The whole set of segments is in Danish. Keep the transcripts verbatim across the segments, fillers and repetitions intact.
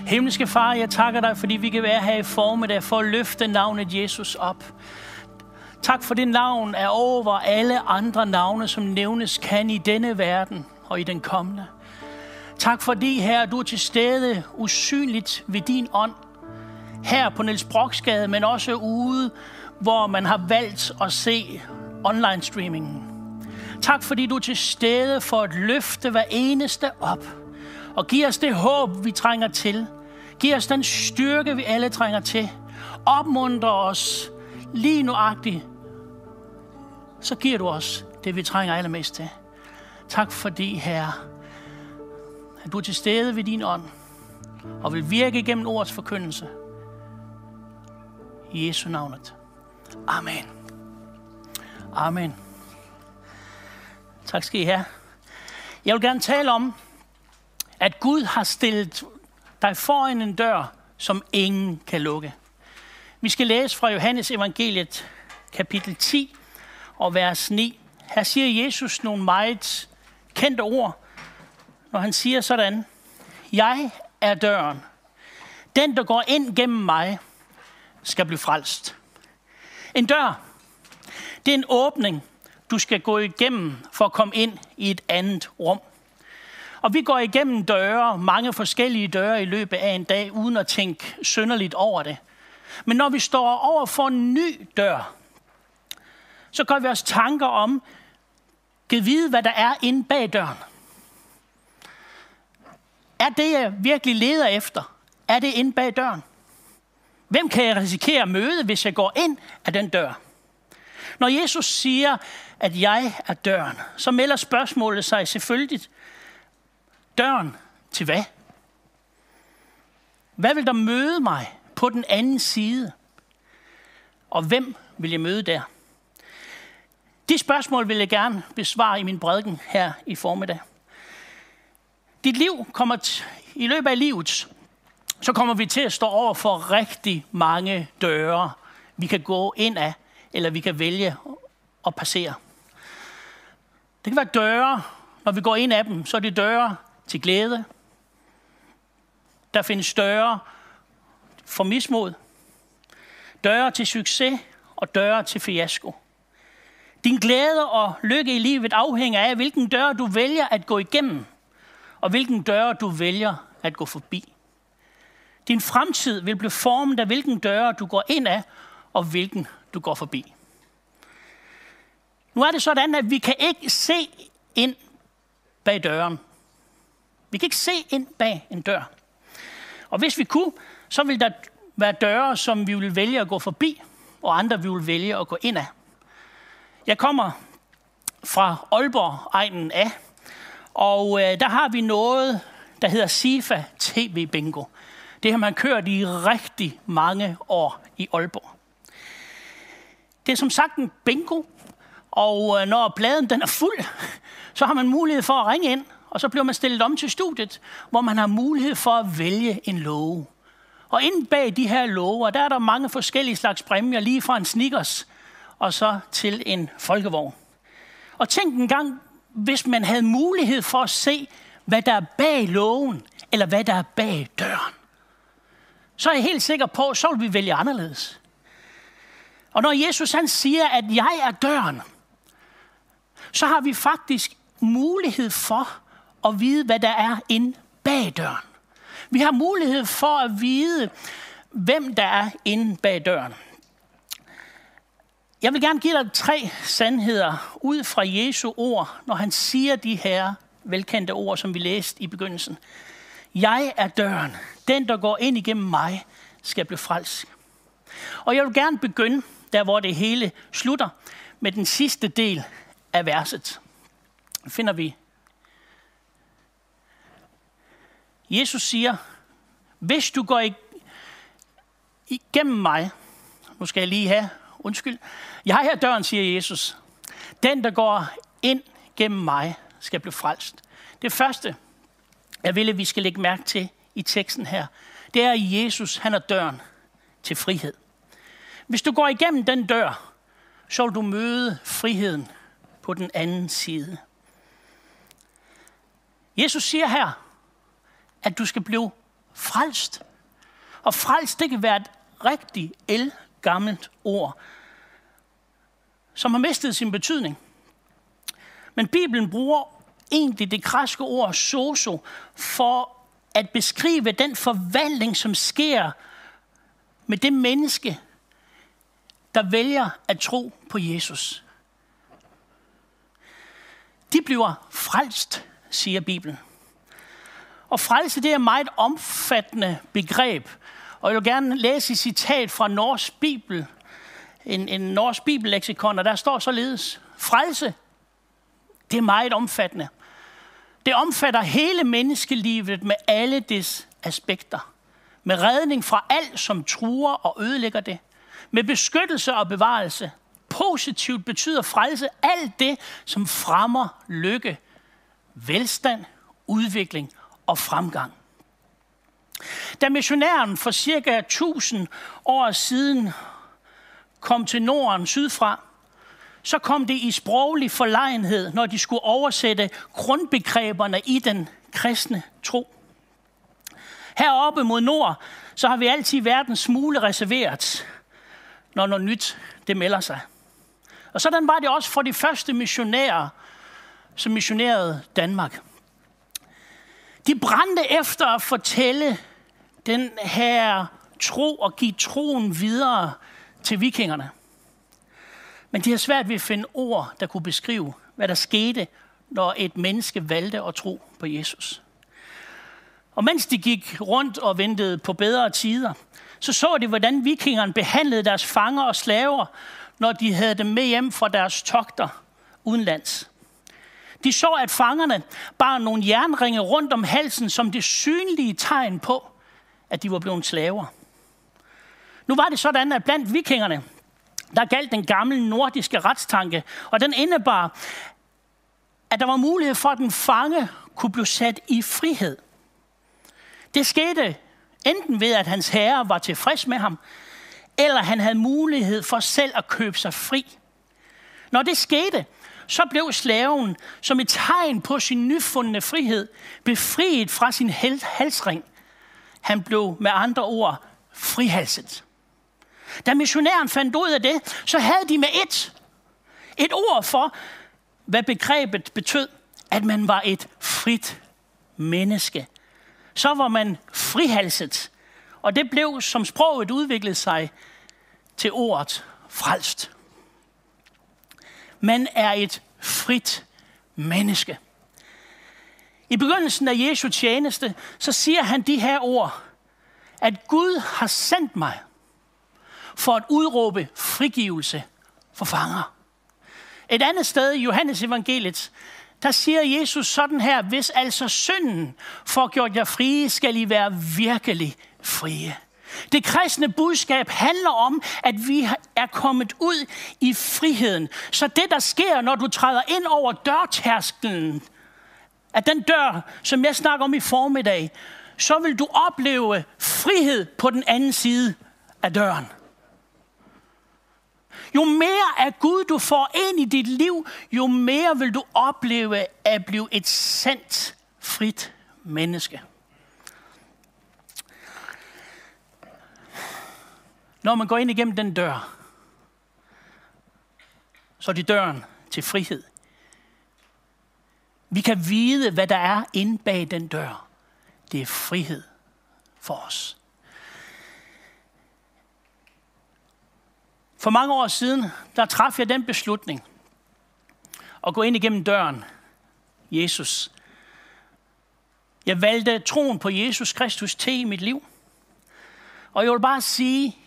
Himmelske Far, jeg takker dig, fordi vi kan være her i formiddag for at løfte navnet Jesus op. Tak for det navn er over alle andre navne, som nævnes kan i denne verden og i den kommende. Tak fordi, Herre, du er til stede usynligt ved din ånd. Her på Niels Broksgade, men også ude, hvor man har valgt at se online streamingen. Tak fordi du er til stede for at løfte hver eneste op. Og giv os det håb, vi trænger til. Giv os den styrke, vi alle trænger til. Opmuntre os lige nuagtigt. Så giver du os det, vi trænger allermest til. Tak fordi, Herre, at du er til stede ved din ånd. Og vil virke gennem ordets forkyndelse. I Jesu navnet. Amen. Amen. Tak skal I have. Jeg vil gerne tale om, at Gud har stillet dig foran en dør, som ingen kan lukke. Vi skal læse fra Johannes evangeliet, kapitel ti og vers ni. Her siger Jesus nogle meget kendte ord, når han siger sådan: Jeg er døren. Den, der går ind gennem mig, skal blive frelst. En dør, det er en åbning, du skal gå igennem for at komme ind i et andet rum. Og vi går igennem døre, mange forskellige døre i løbet af en dag, uden at tænke synderligt over det. Men når vi står over for en ny dør, så gør vi os tanker om, kan vide, hvad der er inde bag døren. Er det, jeg virkelig leder efter? Er det inde bag døren? Hvem kan jeg risikere at møde, hvis jeg går ind af den dør? Når Jesus siger, at jeg er døren, så melder spørgsmålet sig selvfølgelig: døren til hvad? Hvad vil der møde mig på den anden side? Og hvem vil jeg møde der? De spørgsmål vil jeg gerne besvare i min prædiken her i formiddag. Dit liv kommer t- i løbet af livet, så kommer vi til at stå over for rigtig mange døre, vi kan gå ind af, eller vi kan vælge at passere. Det kan være døre, når vi går ind af dem, så er det døre til glæde. Der findes døre for mismod, døre til succes og døre til fiasko. Din glæde og lykke i livet afhænger af, hvilken dør du vælger at gå igennem, og hvilken dør du vælger at gå forbi. Din fremtid vil blive formet af, hvilken dør du går ind af, og hvilken du går forbi. Nu er det sådan, at vi kan ikke se ind bag døren. Vi kan ikke se ind bag en dør. Og hvis vi kunne, så ville der være døre, som vi ville vælge at gå forbi, og andre vi ville vælge at gå ind af. Jeg kommer fra Aalborg-egnen af, og øh, der har vi noget, der hedder SIFA T V Bingo. Det har man kørt i rigtig mange år i Aalborg. Det er som sagt en bingo, og øh, når pladen den er fuld, så har man mulighed for at ringe ind, og så bliver man stillet om til studiet, hvor man har mulighed for at vælge en låge. Og inde bag de her låger, der er der mange forskellige slags præmier, lige fra en Snickers og så til en folkevogn. Og tænk en gang, hvis man havde mulighed for at se, hvad der er bag lågen, eller hvad der er bag døren. Så er jeg helt sikker på, så vil vi vælge anderledes. Og når Jesus han siger, at jeg er døren, så har vi faktisk mulighed for at vide, hvad der er inde bag døren. Vi har mulighed for at vide, hvem der er inde bag døren. Jeg vil gerne give dig tre sandheder ud fra Jesu ord, når han siger de her velkendte ord, som vi læste i begyndelsen. Jeg er døren. Den, der går ind igennem mig, skal blive frelst. Og jeg vil gerne begynde, der hvor det hele slutter, med den sidste del af verset. Det finder vi. Jesus siger, hvis du går igennem mig, nu skal jeg lige have, undskyld, jeg er døren, siger Jesus. Den, der går ind gennem mig, skal blive frelst. Det første, jeg vil, at vi skal lægge mærke til i teksten her, det er, at Jesus, han er døren til frihed. Hvis du går igennem den dør, så vil du møde friheden på den anden side. Jesus siger her, at du skal blive frelst. Og frelst, det kan være et rigtig ældgammelt ord, som har mistet sin betydning. Men Bibelen bruger egentlig det græske ord sozo for at beskrive den forvandling, som sker med det menneske, der vælger at tro på Jesus. De bliver frelst, siger Bibelen. Og frelse, det er et meget omfattende begreb. Og jeg vil gerne læse et citat fra Norsk Bibel, en, en norsk bibelleksikon, og der står således: frelse, det er meget omfattende. Det omfatter hele menneskelivet med alle dets aspekter. Med redning fra alt, som truer og ødelægger det. Med beskyttelse og bevarelse. Positivt betyder frelse alt det, som fremmer lykke, velstand, udvikling og fremgang. Da missionæren for cirka tusind år siden kom til Norden sydfra, så kom det i sproglig forlegenhed, når de skulle oversætte grundbegreberne i den kristne tro. Heroppe mod nord, så har vi altid været en smule reserveret, når noget nyt det melder sig. Og sådan var det også for de første missionærer, som missionerede Danmark. De brændte efter at fortælle den her tro og give troen videre til vikingerne. Men de har svært ved at finde ord, der kunne beskrive, hvad der skete, når et menneske valgte at tro på Jesus. Og mens de gik rundt og ventede på bedre tider, så så de, hvordan vikingerne behandlede deres fanger og slaver, når de havde dem med hjem fra deres togter udenlands. De så, at fangerne bar nogle jernringe rundt om halsen som det synlige tegn på, at de var blevet slaver. Nu var det sådan, at blandt vikingerne, der galt den gamle nordiske retstanke, og den indebar, at der var mulighed for, at en fange kunne blive sat i frihed. Det skete enten ved, at hans herre var tilfreds med ham, eller han havde mulighed for selv at købe sig fri. Når det skete, så blev slaven som et tegn på sin nyfundne frihed befriet fra sin halsring. Han blev med andre ord frihalset. Da missionæren fandt ud af det, så havde de med et, et ord for, hvad begrebet betød, at man var et frit menneske. Så var man frihalset, og det blev, som sproget udviklede sig, til ordet frelst. Man er et frit menneske. I begyndelsen af Jesu tjeneste, så siger han de her ord, at Gud har sendt mig for at udråbe frigivelse for fanger. Et andet sted i Johannes evangeliet, der siger Jesus sådan her: hvis altså synden får gjort jer frie, skal I være virkelig frie. Det kristne budskab handler om, at vi er kommet ud i friheden. Så det, der sker, når du træder ind over dørtærsklen, at den dør, som jeg snakker om i formiddag, så vil du opleve frihed på den anden side af døren. Jo mere af Gud du får ind i dit liv, jo mere vil du opleve at blive et sandt, frit menneske. Når man går ind igennem den dør, så er det døren til frihed. Vi kan vide, hvad der er inde bag den dør. Det er frihed for os. For mange år siden, der traf jeg den beslutning at gå ind igennem døren, Jesus. Jeg valgte troen på Jesus Kristus til i mit liv. Og jeg vil bare sige,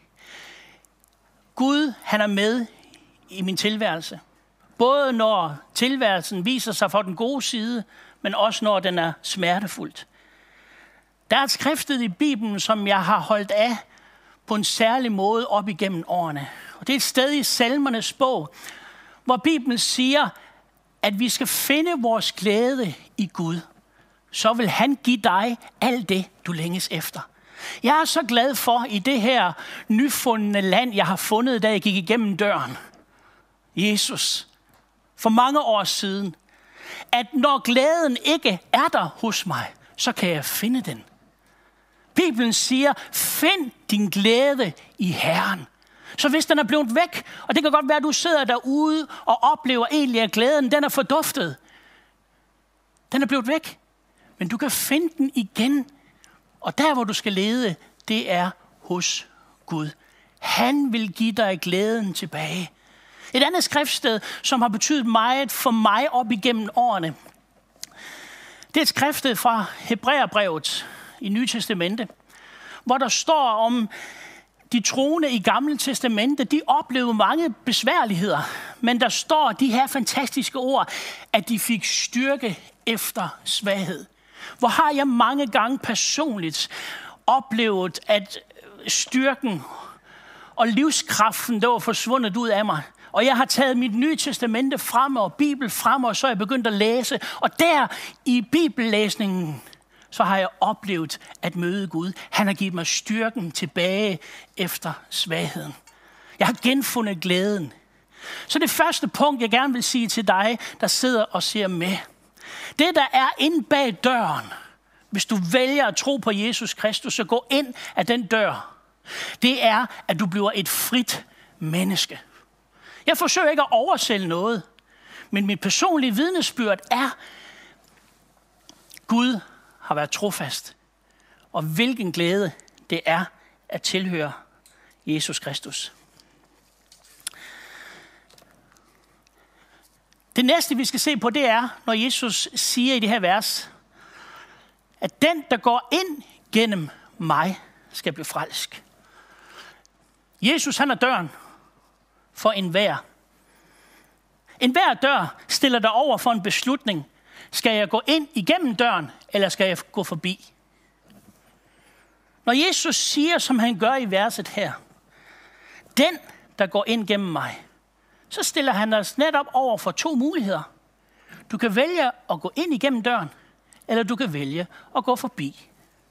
Gud, han er med i min tilværelse. Både når tilværelsen viser sig fra den gode side, men også når den er smertefuldt. Der er et skriftet i Bibelen, som jeg har holdt af på en særlig måde op igennem årene. Og det er et sted i Salmernes bog, hvor Bibelen siger, at vi skal finde vores glæde i Gud. Så vil han give dig alt det, du længes efter. Jeg er så glad for i det her nyfundne land, jeg har fundet, da jeg gik igennem døren. Jesus. For mange år siden. At når glæden ikke er der hos mig, så kan jeg finde den. Bibelen siger, find din glæde i Herren. Så hvis den er blevet væk, og det kan godt være, at du sidder derude og oplever egentlig, at glæden den er forduftet. Den er blevet væk, men du kan finde den igen. Og der, hvor du skal lede, det er hos Gud. Han vil give dig glæden tilbage. Et andet skriftsted, som har betydet meget for mig op igennem årene, det er et skriftsted fra Hebræerbrevet i Nye Testamente, hvor der står om de troende i Gamle Testamente, de oplevede mange besværligheder, men der står de her fantastiske ord, at de fik styrke efter svaghed. Hvor har jeg mange gange personligt oplevet, at styrken og livskraften, der var forsvundet ud af mig. Og jeg har taget mit Nye Testamente frem og Bibel frem, og så er jeg begyndt at læse. Og der i bibellæsningen, så har jeg oplevet at møde Gud. Han har givet mig styrken tilbage efter svagheden. Jeg har genfundet glæden. Så det første punkt, jeg gerne vil sige til dig, der sidder og ser med. Det, der er inde bag døren, hvis du vælger at tro på Jesus Kristus, så gå ind af den dør. Det er, at du bliver et frit menneske. Jeg forsøger ikke at oversælge noget, men mit personlige vidnesbyrd er, Gud har været trofast, og hvilken glæde det er at tilhøre Jesus Kristus. Det næste, vi skal se på, det er, når Jesus siger i det her vers, at den, der går ind gennem mig, skal blive frelst. Jesus, han er døren for enhver. Enhver dør stiller dig over for en beslutning. Skal jeg gå ind igennem døren, eller skal jeg gå forbi? Når Jesus siger, som han gør i verset her, den, der går ind gennem mig, så stiller han os netop over for to muligheder. Du kan vælge at gå ind igennem døren, eller du kan vælge at gå forbi.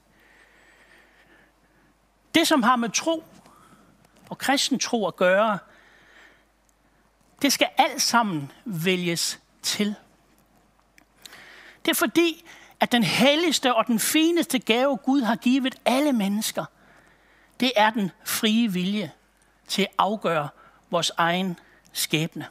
Det, som har med tro og kristen tro at gøre, det skal alt sammen vælges til. Det er fordi, at den helligste og den fineste gave, Gud har givet alle mennesker, det er den frie vilje til at afgøre vores egen skæbne.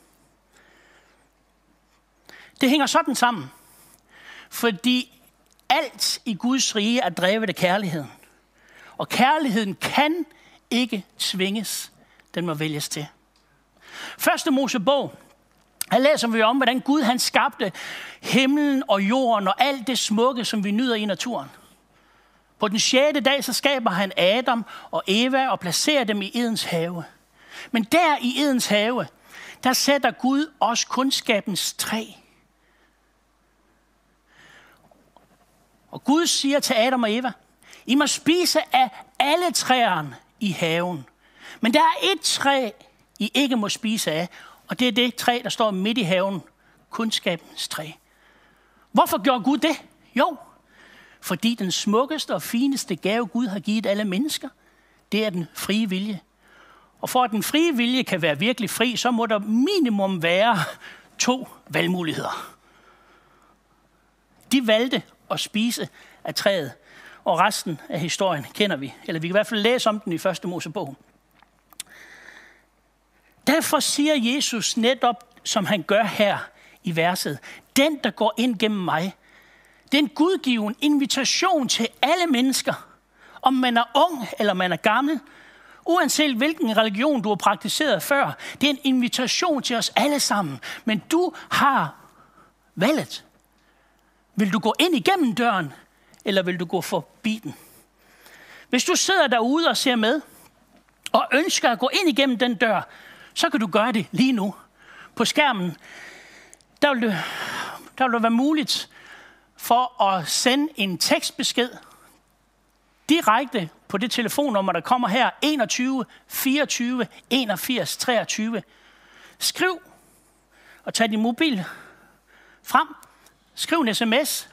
Det hænger sådan sammen, fordi alt i Guds rige er drevet af kærligheden. Og kærligheden kan ikke tvinges, den må vælges til. Første Mosebog, her læser vi om, hvordan Gud han skabte himlen og jorden og alt det smukke, som vi nyder i naturen. På den sjette dag, så skaber han Adam og Eva og placerer dem i Edens have. Men der i Edens have, der sætter Gud også kundskabens træ. Og Gud siger til Adam og Eva, I må spise af alle træerne i haven. Men der er et træ, I ikke må spise af, og det er det træ, der står midt i haven, kundskabens træ. Hvorfor gjorde Gud det? Jo, fordi den smukkeste og fineste gave, Gud har givet alle mennesker, det er den frie vilje. Og for at den frie vilje kan være virkelig fri, så må der minimum være to valgmuligheder. De valgte at spise af træet, og resten af historien kender vi. Eller vi kan i hvert fald læse om den i første Mosebog. Derfor siger Jesus netop, som han gør her i verset, den, der går ind gennem mig, det er en gudgiven invitation til alle mennesker, om man er ung eller man er gammel, uanset hvilken religion du har praktiseret før. Det er en invitation til os alle sammen, men du har valget. Vil du gå ind igennem døren, eller vil du gå forbi den? Hvis du sidder derude og ser med, og ønsker at gå ind igennem den dør, så kan du gøre det lige nu. På skærmen, der vil det, der vil det være muligt for at sende en tekstbesked direkte på det telefonnummer, der kommer her, enogtyve fireogtyve enogfirs treogtyve. Skriv og tag din mobil frem. Skriv en sms.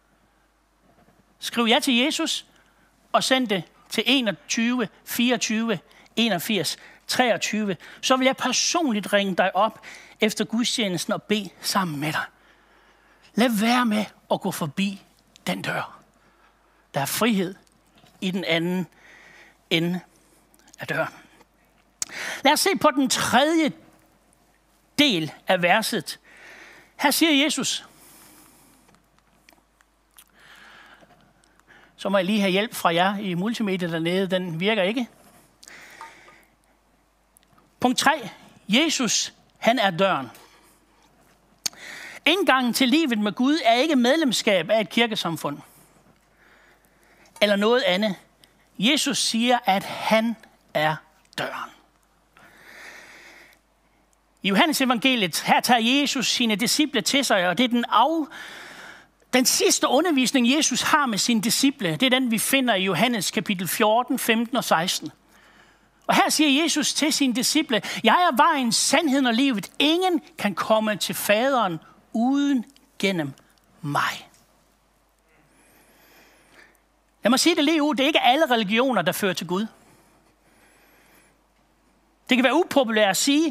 Skriv ja til Jesus og send det til enogtyve fireogtyve enogfirs treogtyve. Så vil jeg personligt ringe dig op efter gudstjenesten og bede sammen med dig. Lad være med at gå forbi den dør. Der er frihed i den anden ende af døren. Lad os se på den tredje del af verset. Her siger Jesus, så må jeg lige have hjælp fra jer i multimedia dernede, den virker ikke. Punkt tre. Jesus, han er døren. Indgangen til livet med Gud er ikke medlemskab af et kirkesamfund eller noget andet. Jesus siger, at han er døren. I Johannes evangeliet, her tager Jesus sine disciple til sig, og det er den, af, den sidste undervisning, Jesus har med sine disciple. Det er den, vi finder i Johannes kapitel fjorten, femten og seksten. Og her siger Jesus til sine disciple, jeg er vejen, sandheden og livet. Ingen kan komme til faderen uden gennem mig. Lad mig sige det lige ud. Det er ikke alle religioner, der fører til Gud. Det kan være upopulært at sige.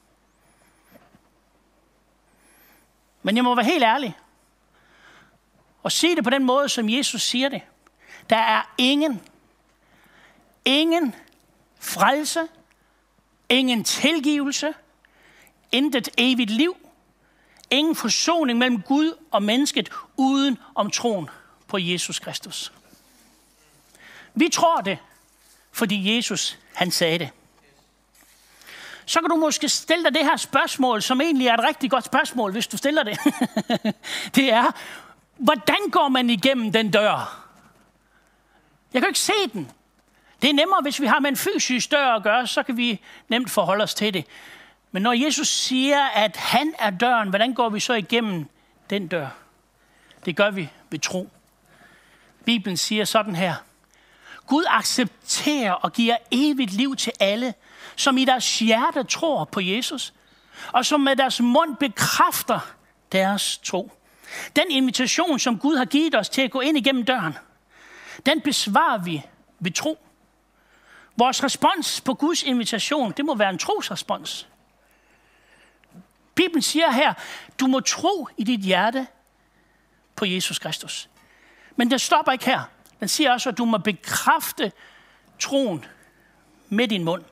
Men jeg må være helt ærlig. Og sige det på den måde, som Jesus siger det. Der er ingen, ingen frelse, ingen tilgivelse, intet evigt liv, ingen forsoning mellem Gud og mennesket uden om troen på Jesus Kristus. Vi tror det, fordi Jesus, han sagde det. Så kan du måske stille dig det her spørgsmål, som egentlig er et rigtig godt spørgsmål, hvis du stiller det. Det er, hvordan går man igennem den dør? Jeg kan ikke se den. Det er nemmere, hvis vi har med en fysisk dør at gøre, så kan vi nemt forholde os til det. Men når Jesus siger, at han er døren, hvordan går vi så igennem den dør? Det gør vi ved tro. Bibelen siger sådan her. Gud accepterer og giver evigt liv til alle, som i deres hjerte tror på Jesus, og som med deres mund bekræfter deres tro. Den invitation, som Gud har givet os til at gå ind igennem døren, den besvarer vi ved tro. Vores respons på Guds invitation, det må være en trosrespons. Bibelen siger her, du må tro i dit hjerte på Jesus Kristus. Men den stopper ikke her. Den siger også, at du må bekræfte troen med din mund.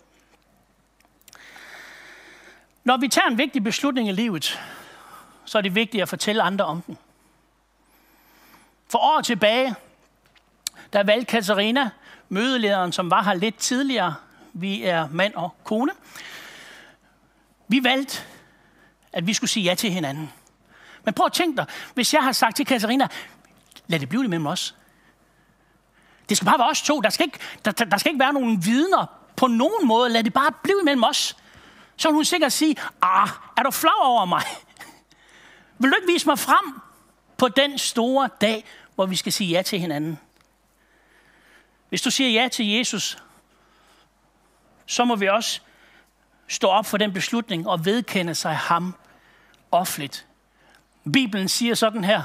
Når vi tager en vigtig beslutning i livet, så er det vigtigt at fortælle andre om den. For år tilbage, der valgte Katarina, mødelederen, som var her lidt tidligere, vi er mand og kone, vi valgte, at vi skulle sige ja til hinanden. Men prøv at tænke dig, hvis jeg har sagt til Katarina, lad det blive det mellem os. Det skal bare være os to. Der skal ikke, der, der skal ikke være nogen vidner på nogen måde. Lad det bare blive mellem os. Så vil hun sikkert sige, ah, er du flov over mig? Vil du ikke vise mig frem på den store dag, hvor vi skal sige ja til hinanden? Hvis du siger ja til Jesus, så må vi også stå op for den beslutning og vedkende sig ham offentligt. Bibelen siger sådan her.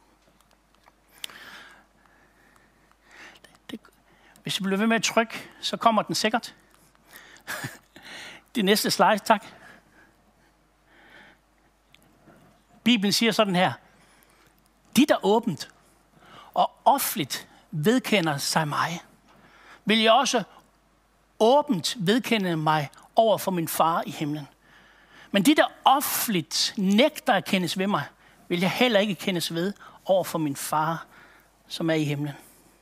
Det, hvis du bliver ved med at trykke, så kommer den sikkert. Det næste slide, tak. Bibelen siger sådan her. De, der åbent og offentligt vedkender sig mig, vil jeg også åbent vedkende mig over for min far i himlen. Men de, der offentligt nægter at kendes ved mig, vil jeg heller ikke kendes ved over for min far, som er i himlen.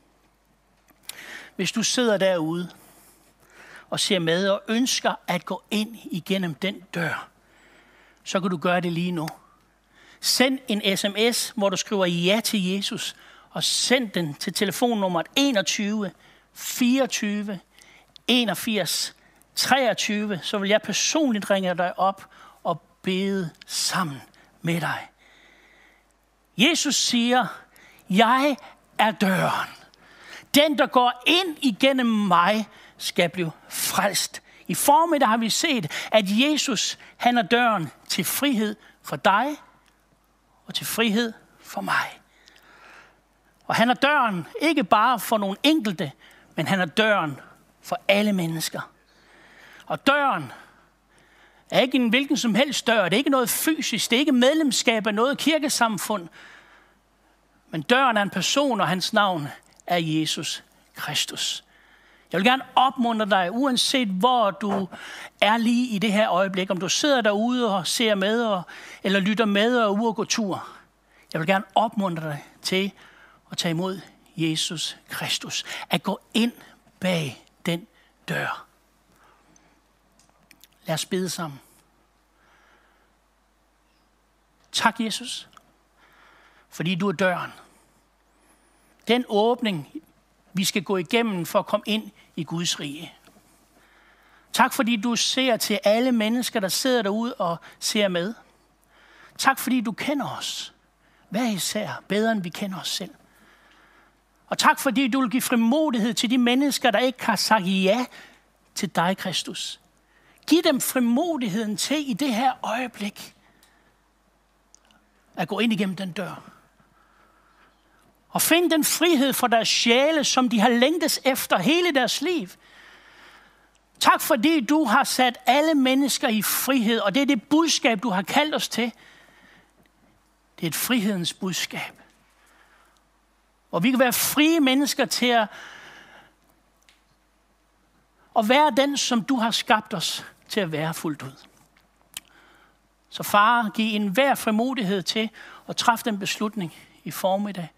Hvis du sidder derude og ser med og ønsker at gå ind igennem den dør, så kan du gøre det lige nu. Send en sms, hvor du skriver ja til Jesus, og send den til telefonnummeret enogtyve fireogtyve enogfirs treogtyve, så vil jeg personligt ringe dig op og bede sammen med dig. Jesus siger, jeg er døren. Den, der går ind igennem mig, skal blive frelst. I formiddag har vi set, at Jesus, han er døren til frihed for dig og til frihed for mig. Og han er døren ikke bare for nogle enkelte, men han er døren for alle mennesker. Og døren er ikke en hvilken som helst dør. Det er ikke noget fysisk. Det er ikke medlemskab af noget kirkesamfund. Men døren er en person, og hans navn er Jesus Kristus. Jeg vil gerne opmuntre dig, uanset hvor du er lige i det her øjeblik. Om du sidder derude og ser med, og, eller lytter med og er ude og gå tur. Jeg vil gerne opmuntre dig til at tage imod Jesus Kristus. At gå ind bag den dør. Lad os bede sammen. Tak, Jesus, fordi du er døren. Den åbning, vi skal gå igennem for at komme ind i Guds rige. Tak, fordi du ser til alle mennesker, der sidder derude og ser med. Tak, fordi du kender os. Hver især bedre, end vi kender os selv. Og tak, fordi du vil give frimodighed til de mennesker, der ikke har sagt ja til dig, Kristus. Giv dem frimodigheden til i det her øjeblik at gå ind igennem den dør. Og find den frihed for deres sjæle, som de har længtes efter hele deres liv. Tak fordi du har sat alle mennesker i frihed, og det er det budskab, du har kaldt os til. Det er et frihedens budskab. Og vi kan være frie mennesker til at, at være den, som du har skabt os til at være fuldt ud. Så far, giv enhver frimodighed til at træffe den beslutning i formiddag.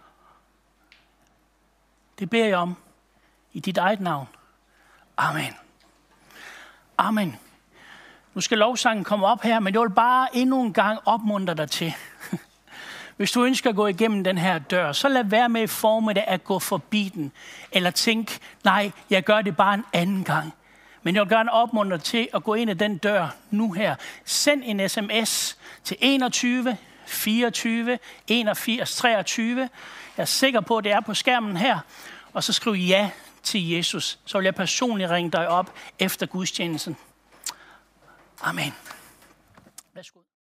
Det beder jeg om i dit eget navn. Amen. Amen. Nu skal lovsangen komme op her, men jeg vil bare endnu en gang opmuntre dig til. Hvis du ønsker at gå igennem den her dør, så lad være med i formiddag at gå forbi den. Eller tænk, nej, jeg gør det bare en anden gang. Men jeg vil gerne opmuntre dig til at gå ind i den dør nu her. Send en sms til enogtyve fireogtyve enogfirs treogtyve. Jeg er sikker på, at det er på skærmen her. Og så skriv ja til Jesus. Så vil jeg personligt ringe dig op efter gudstjenesten. Amen. Værsgo.